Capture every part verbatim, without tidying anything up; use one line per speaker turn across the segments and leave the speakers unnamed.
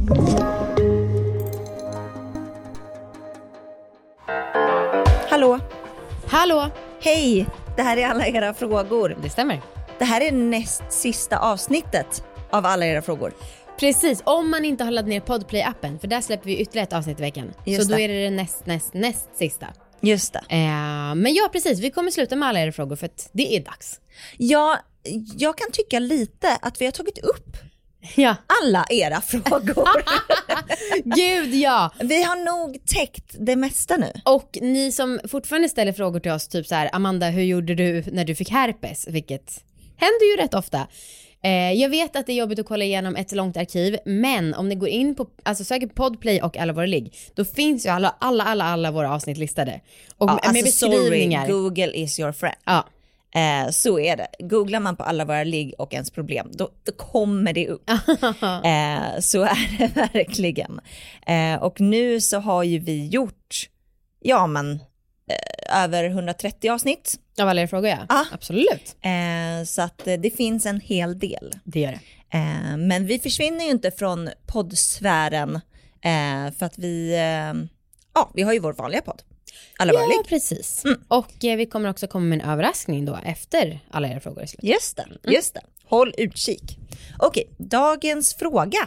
Hallå.
Hallå.
Hej, det här är alla era frågor.
Det stämmer.
Det här är näst sista avsnittet av alla era frågor.
Precis, om man inte har laddat ner Podplay-appen, för där släpper vi ytterligare ett avsnitt i veckan.
Just
så då
det.
är det det näst, näst, näst sista.
Just det.
Eh, men ja, precis, vi kommer sluta med alla era frågor för att det är dags.
Ja, jag kan tycka lite att vi har tagit upp
Ja.
alla era frågor.
Gud, ja.
Vi har nog täckt det mesta nu.
Och ni som fortfarande ställer frågor till oss, typ så här: Amanda, hur gjorde du när du fick herpes? Vilket händer ju rätt ofta. Eh, jag vet att det är jobbigt att kolla igenom ett långt arkiv, men om ni går in på, alltså söker Podplay och alla våra ligg, då finns ju alla, alla, alla, alla våra avsnitt listade. Och
Ja,
med
alltså,
beskrivningar.
sorry, Google is your friend.
Ja.
Eh, så är det. Googlar man på alla våra ligg och ens problem, då, då kommer det upp. eh, så är det verkligen. Eh, och nu så har ju vi gjort, ja men, eh, över hundratrettio avsnitt.
Av alla era frågor, ja.
Ah.
Absolut.
Eh, så att eh, det finns en hel del.
Det gör det.
Eh, men vi försvinner ju inte från poddsfären eh, för att vi, eh, ja, vi har ju vår vanliga podd. Alla våra
Ja,
ligg.
precis.
Mm.
Och eh, vi kommer också komma med en överraskning då efter alla era frågor är slut.
Just det, just det. Håll utkik. Okej, dagens fråga.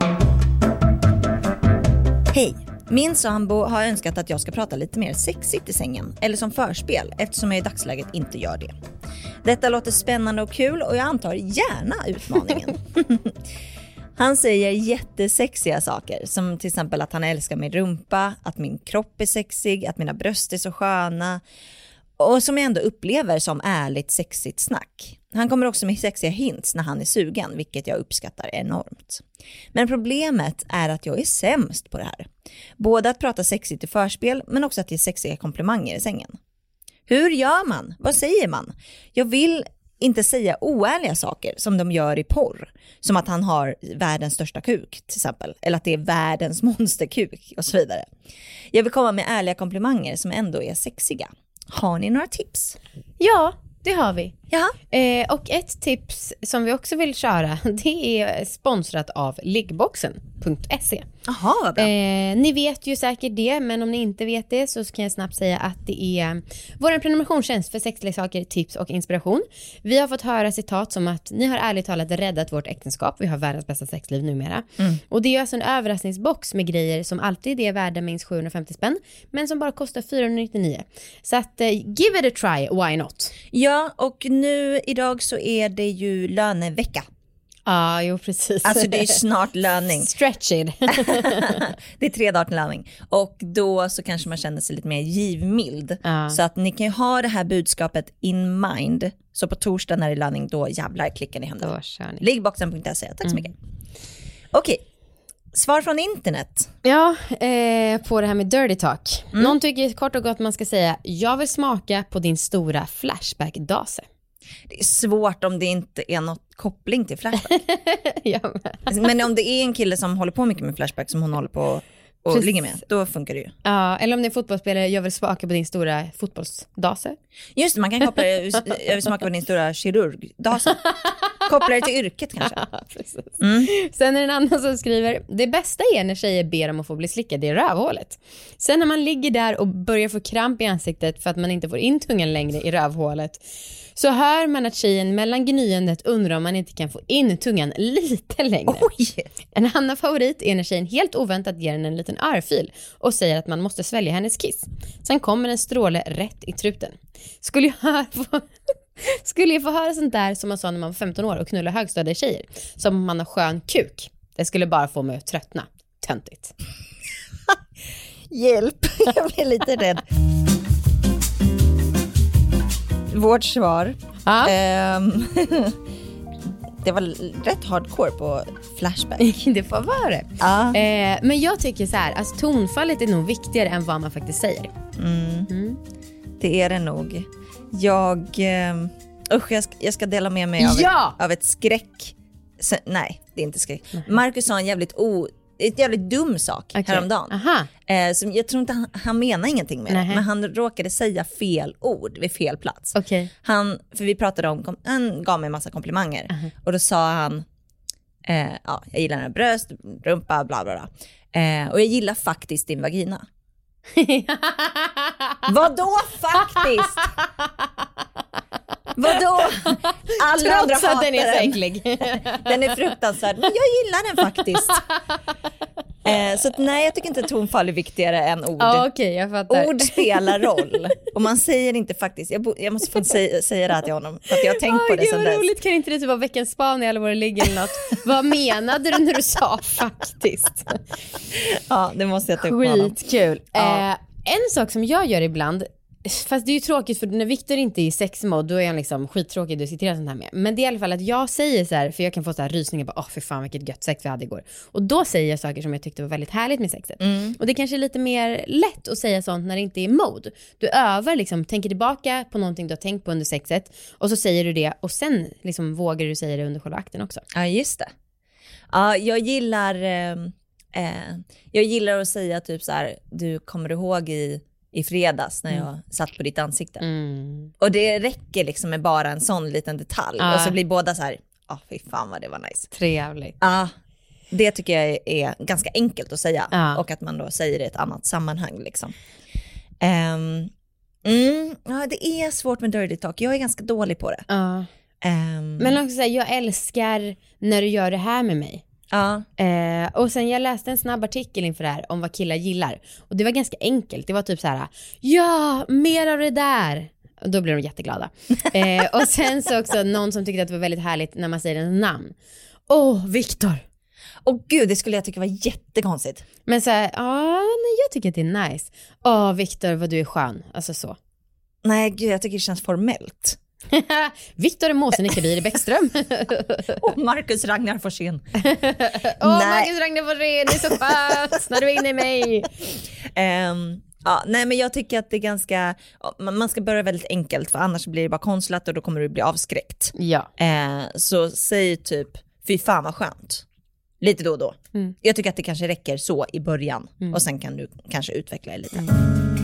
Hej, min sambo har önskat att jag ska prata lite mer sexigt i sängen, eller som förspel, eftersom jag i dagsläget inte gör det. Detta låter spännande och kul och jag antar gärna utmaningen. Han säger jättesexiga saker, som till exempel att han älskar min rumpa, att min kropp är sexig, att mina bröst är så sköna, och som jag ändå upplever som ärligt sexigt snack. Han kommer också med sexiga hints när han är sugen, vilket jag uppskattar enormt. Men problemet är att jag är sämst på det här. Både att prata sexigt i förspel, men också att ge sexiga komplimanger i sängen. Hur gör man? Vad säger man? Jag vill inte säga oärliga saker som de gör i porr. Som att han har världens största kuk till exempel. Eller att det är världens monsterkuk och så vidare. Jag vill komma med ärliga komplimanger som ändå är sexiga. Har ni några tips?
Ja, det har vi.
Ja.
Eh, och ett tips som vi också vill köra, det är sponsrat av liggboxen punkt se.
Jaha, vad bra.
Eh, ni vet ju säkert det, men om ni inte vet det så kan jag snabbt säga att det är vår prenumerationstjänst för sexleksaker, tips och inspiration. Vi har fått höra citat som att ni har ärligt talat räddat vårt äktenskap. Vi har världens bästa sexliv numera. Mm. Och det är alltså en överraskningsbox med grejer som alltid är värda minst sjuhundrafemtio spänn, men som bara kostar fyrahundranittionio. Så att eh, give it a try, why not?
Ja, och nu idag så är det ju lönevecka.
Ja, ah, jo precis.
Alltså det är snart löning.
Stretched.
Det är tre dagar till löning. Och då så kanske man känner sig lite mer givmild.
Ah.
Så att ni kan ju ha det här budskapet in mind. Så på torsdag när det är löning, då jävlar klickar ni hem det.
Då kör ni.
liggboxen punkt se. Tack så mycket. Mm. Okej. Svar från internet.
Ja, eh, på det här med dirty talk.
Mm.
Någon tycker kort och gott man ska säga: jag vill smaka på din stora flashback-dase.
Det är svårt om det inte är något koppling till Flashback.
Ja,
men. men om det är en kille som håller på mycket med Flashback som hon håller på och Precis. ligger med, då funkar det ju.
Ja, eller om det är fotbollsspelare: jag vill smaka på din stora fotbollsdase.
Just det, man kan koppla det, jag vill smaka på din stora kirurgdase. Koppla det till yrket kanske.
Mm. Sen är det en annan som skriver: det bästa är när tjejer ber om att få bli slickad i rövhålet. Sen när man ligger där och börjar få kramp i ansiktet för att man inte får in tungan längre i rövhålet, så hör man att tjejen mellan gnyendet undrar om man inte kan få in tungan lite längre.
Oj.
En annan favorit är när tjejen helt oväntat ger henne en liten örfil och säger att man måste svälja hennes kiss. Sen kommer en stråle rätt i truten. Skulle jag höra få... Skulle jag få höra sånt där som man sa när man var femton år och knulla högstadiga tjejer, som man har skön kuk, det skulle bara få mig att tröttna. Töntigt.
Hjälp, jag blir lite rädd. Vårt svar.
Ja.
Um, det var rätt hardcore på Flashback.
Det får vara det.
Ja.
Eh, men jag tycker så här, alltså tonfallet är nog viktigare än vad man faktiskt säger.
Mm.
Mm.
Det är det nog. Jag, um, usch, jag, ska, jag ska dela med mig av,
ja!
ett, av ett skräck. Så, nej, det är inte skräck. Nej. Marcus sa en jävligt o... ett jävligt dum sak okay. häromdagen.
Aha.
Eh, som jag tror inte han, han menar ingenting med det, men han råkade säga fel ord vid fel plats.
Okay.
Han, för vi pratade om, han gav mig en massa komplimanger. Uh-huh. Och då sa han, Eh, ja, jag gillar den bröst, rumpa, bla bla bla. Eh, och jag gillar faktiskt din vagina. Vadå faktiskt? Vadå? Alla andra
Trots att den är så
den.
äcklig.
Den är fruktansvärd, men jag gillar den faktiskt. Eh, så att, nej, jag tycker inte tonfall är viktigare än ord.
Ja, okej, jag fattar.
Ord spelar roll. Och man säger inte faktiskt. Jag, bo, jag måste få säga, säga det här till honom. För att jag har tänkt
Oj,
på det sen
vad
dess.
roligt, kan inte det typ vara veckans span i alla våra ligg eller något? Vad menade du när du sa faktiskt?
Ja, det måste jag ta upp med honom.
Skitkul.
Ja.
Eh, en sak som jag gör ibland, fast det är ju tråkigt för när Victor inte är i sexmod, då är han liksom skittråkig att diskutera sånt här med. Men det är i alla fall att jag säger så här, för jag kan få så här rysningar på, åh för fan vilket gött sex vi hade igår. Och då säger jag saker som jag tyckte var väldigt härligt med sexet. Mm. Och det kanske är lite mer lätt att säga sånt när det inte är mod. Du övar liksom, tänker tillbaka på någonting du har tänkt på under sexet, och så säger du det, och sen liksom vågar du säga det under själva akten också.
Ja, just det. Ja, jag gillar eh, eh, jag gillar att säga typ så här, du kommer ihåg i i fredags när jag mm. satt på ditt ansikte. Mm. Och det räcker liksom med bara en sån liten detalj. Ah. Och så blir båda så här, ja, oh, fy fan vad det var nice.
Trevligt.
Ja, ah, det tycker jag är ganska enkelt att säga. Ah. Och att man då säger det i ett annat sammanhang liksom. Um, mm, ja, det är svårt med dirty talk. Jag är ganska dålig på det.
Ah. Um, Men också säga, jag älskar när du gör det här med mig. Ja. Eh, och sen jag läste en snabb artikel inför det här om vad killar gillar. Och det var ganska enkelt. Det var typ så här: ja, mer av det där. Och då blev de jätteglada. eh, Och sen så också någon som tyckte att det var väldigt härligt när man säger en namn. Åh, oh, Victor.
Och gud, det skulle jag tycka var jättekonstigt.
Men så här, ja, nej, jag tycker att det är nice. Åh, oh, Victor, vad du är skön. Alltså så.
Nej, gud, jag tycker det känns formellt.
Victor är måsen i Kabir Bäckström.
Och Marcus Ragnar Forsén.
Åh, Marcus Ragnar Forsén, det är så skönt när du är inne i mig.
um, ja, nej, men jag tycker att det är ganska, man ska börja väldigt enkelt, för annars blir det bara konstlat och då kommer du bli avskräckt.
Ja.
uh, Så säg typ, fy fan vad skönt. Lite då och då. mm. Jag tycker att det kanske räcker så i början. mm. Och sen kan du kanske utveckla det lite. mm.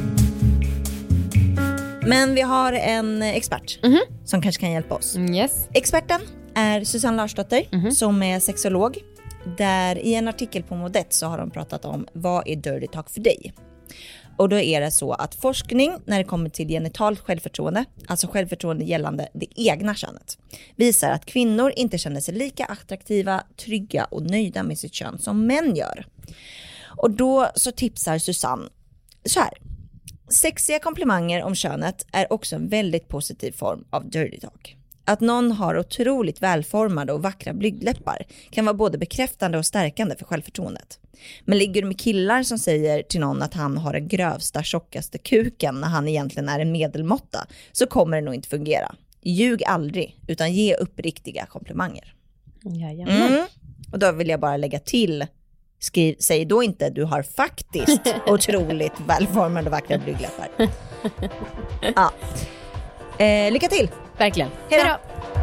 Men vi har en expert mm-hmm. som kanske kan hjälpa oss.
Yes.
Experten är Susanne Larsdotter mm-hmm. som är sexolog. Där i en artikel på Modet så har de pratat om vad är dirty talk för dig. Och då är det så att forskning när det kommer till genitalt självförtroende, alltså självförtroende gällande det egna könet, visar att kvinnor inte känner sig lika attraktiva, trygga och nöjda med sitt kön som män gör. Och då så tipsar Susanne så här. Sexiga komplimanger om könet är också en väldigt positiv form av dirty talk. Att någon har otroligt välformade och vackra blygdläppar kan vara både bekräftande och stärkande för självförtroendet. Men ligger du med killar som säger till någon att han har den grövsta, tjockaste kuken när han egentligen är en medelmåtta, så kommer det nog inte fungera. Ljug aldrig, utan ge uppriktiga komplimanger. Mm. Och då vill jag bara lägga till, skriv, säg då inte du har faktiskt otroligt välformade och vackra blygdläppar. Ja. Eh, lycka till!
Verkligen.
Hej då!